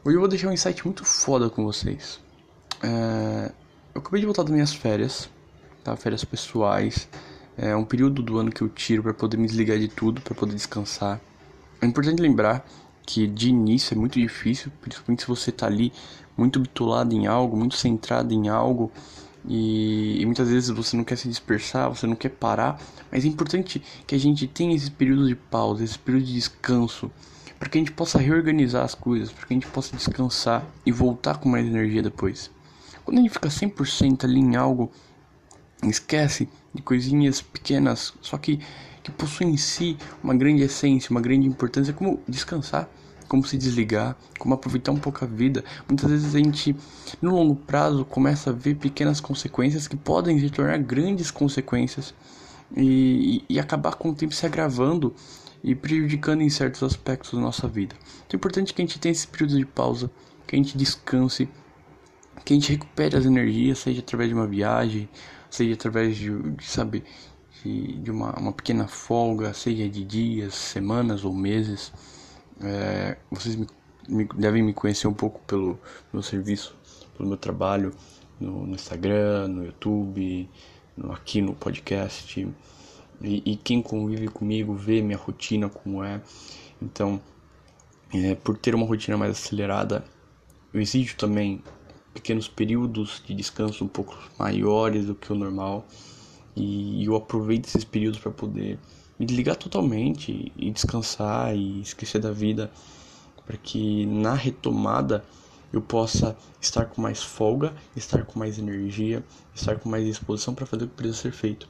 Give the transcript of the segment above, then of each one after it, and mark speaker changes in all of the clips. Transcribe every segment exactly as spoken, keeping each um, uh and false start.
Speaker 1: Hoje eu vou deixar um insight muito foda com vocês. É... Eu acabei de voltar das minhas férias, tá? Férias pessoais. É um período do ano que eu tiro para poder me desligar de tudo, para poder descansar. É importante lembrar que de início é muito difícil, principalmente se você tá ali muito bitolado em algo, muito centrado em algo. E, e muitas vezes você não quer se dispersar, você não quer parar. Mas é importante que a gente tenha esses períodos de pausa, esse período de descanso, para que a gente possa reorganizar as coisas, para que a gente possa descansar e voltar com mais energia depois. Quando a gente fica cem por cento ali em algo, esquece de coisinhas pequenas, só que, que possuem em si uma grande essência, uma grande importância, como descansar, como se desligar, como aproveitar um pouco a vida. Muitas vezes a gente, no longo prazo, começa a ver pequenas consequências que podem se tornar grandes consequências e, e, e acabar com o tempo se agravando e prejudicando em certos aspectos da nossa vida. Então é importante que a gente tenha esse período de pausa, que a gente descanse, que a gente recupere as energias, seja através de uma viagem, seja através de, de sabe, de, de uma, uma pequena folga, seja de dias, semanas ou meses. É, vocês me, me, devem me conhecer um pouco pelo meu serviço, pelo meu trabalho no, no Instagram, no YouTube, no, aqui no podcast. E, e quem convive comigo vê minha rotina como é. Então, é, por ter uma rotina mais acelerada, eu exijo também pequenos períodos de descanso um pouco maiores do que o normal. E eu aproveito esses períodos para poder me desligar totalmente e descansar e esquecer da vida, para que na retomada eu possa estar com mais folga, estar com mais energia, estar com mais disposição para fazer o que precisa ser feito.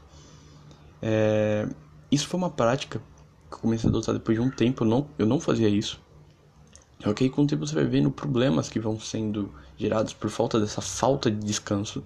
Speaker 1: É, isso foi uma prática que eu comecei a adotar depois de um tempo. Eu não, eu não fazia isso. Ok, com o tempo você vai vendo problemas que vão sendo gerados por falta dessa falta de descanso.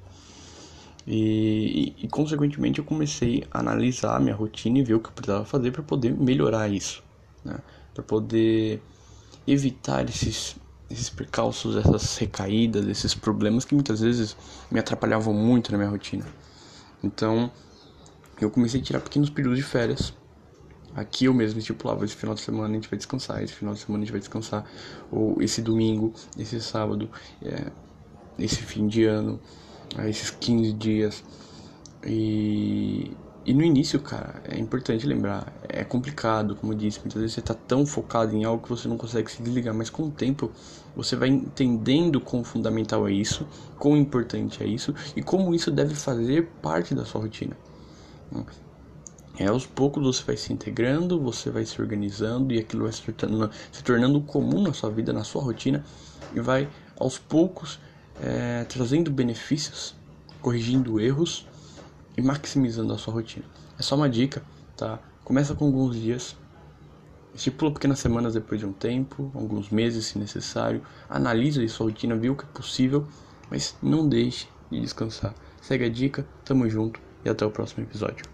Speaker 1: E, e, e consequentemente eu comecei a analisar a minha rotina e ver o que eu precisava fazer para poder melhorar isso, né? Para poder evitar esses, esses percalços, essas recaídas, esses problemas que muitas vezes me atrapalhavam muito na minha rotina. Então eu comecei a tirar pequenos períodos de férias. Aqui eu mesmo estipulava: esse final de semana a gente vai descansar, esse final de semana a gente vai descansar, ou esse domingo, esse sábado, é, esse fim de ano, esses quinze dias. E, e no início, cara, é importante lembrar, é complicado, como eu disse, muitas vezes você tá tão focado em algo que você não consegue se desligar, mas com o tempo você vai entendendo quão fundamental é isso, quão importante é isso e como isso deve fazer parte da sua rotina. É, aos poucos você vai se integrando, você vai se organizando e aquilo vai se tornando, se tornando comum na sua vida, na sua rotina, e vai aos poucos é, trazendo benefícios, corrigindo erros e maximizando a sua rotina. É só uma dica, tá? Começa com alguns dias, estipula pequenas semanas depois de um tempo, alguns meses se necessário, analisa a sua rotina, vê o que é possível, mas não deixe de descansar. Segue a dica, tamo junto e até o próximo episódio.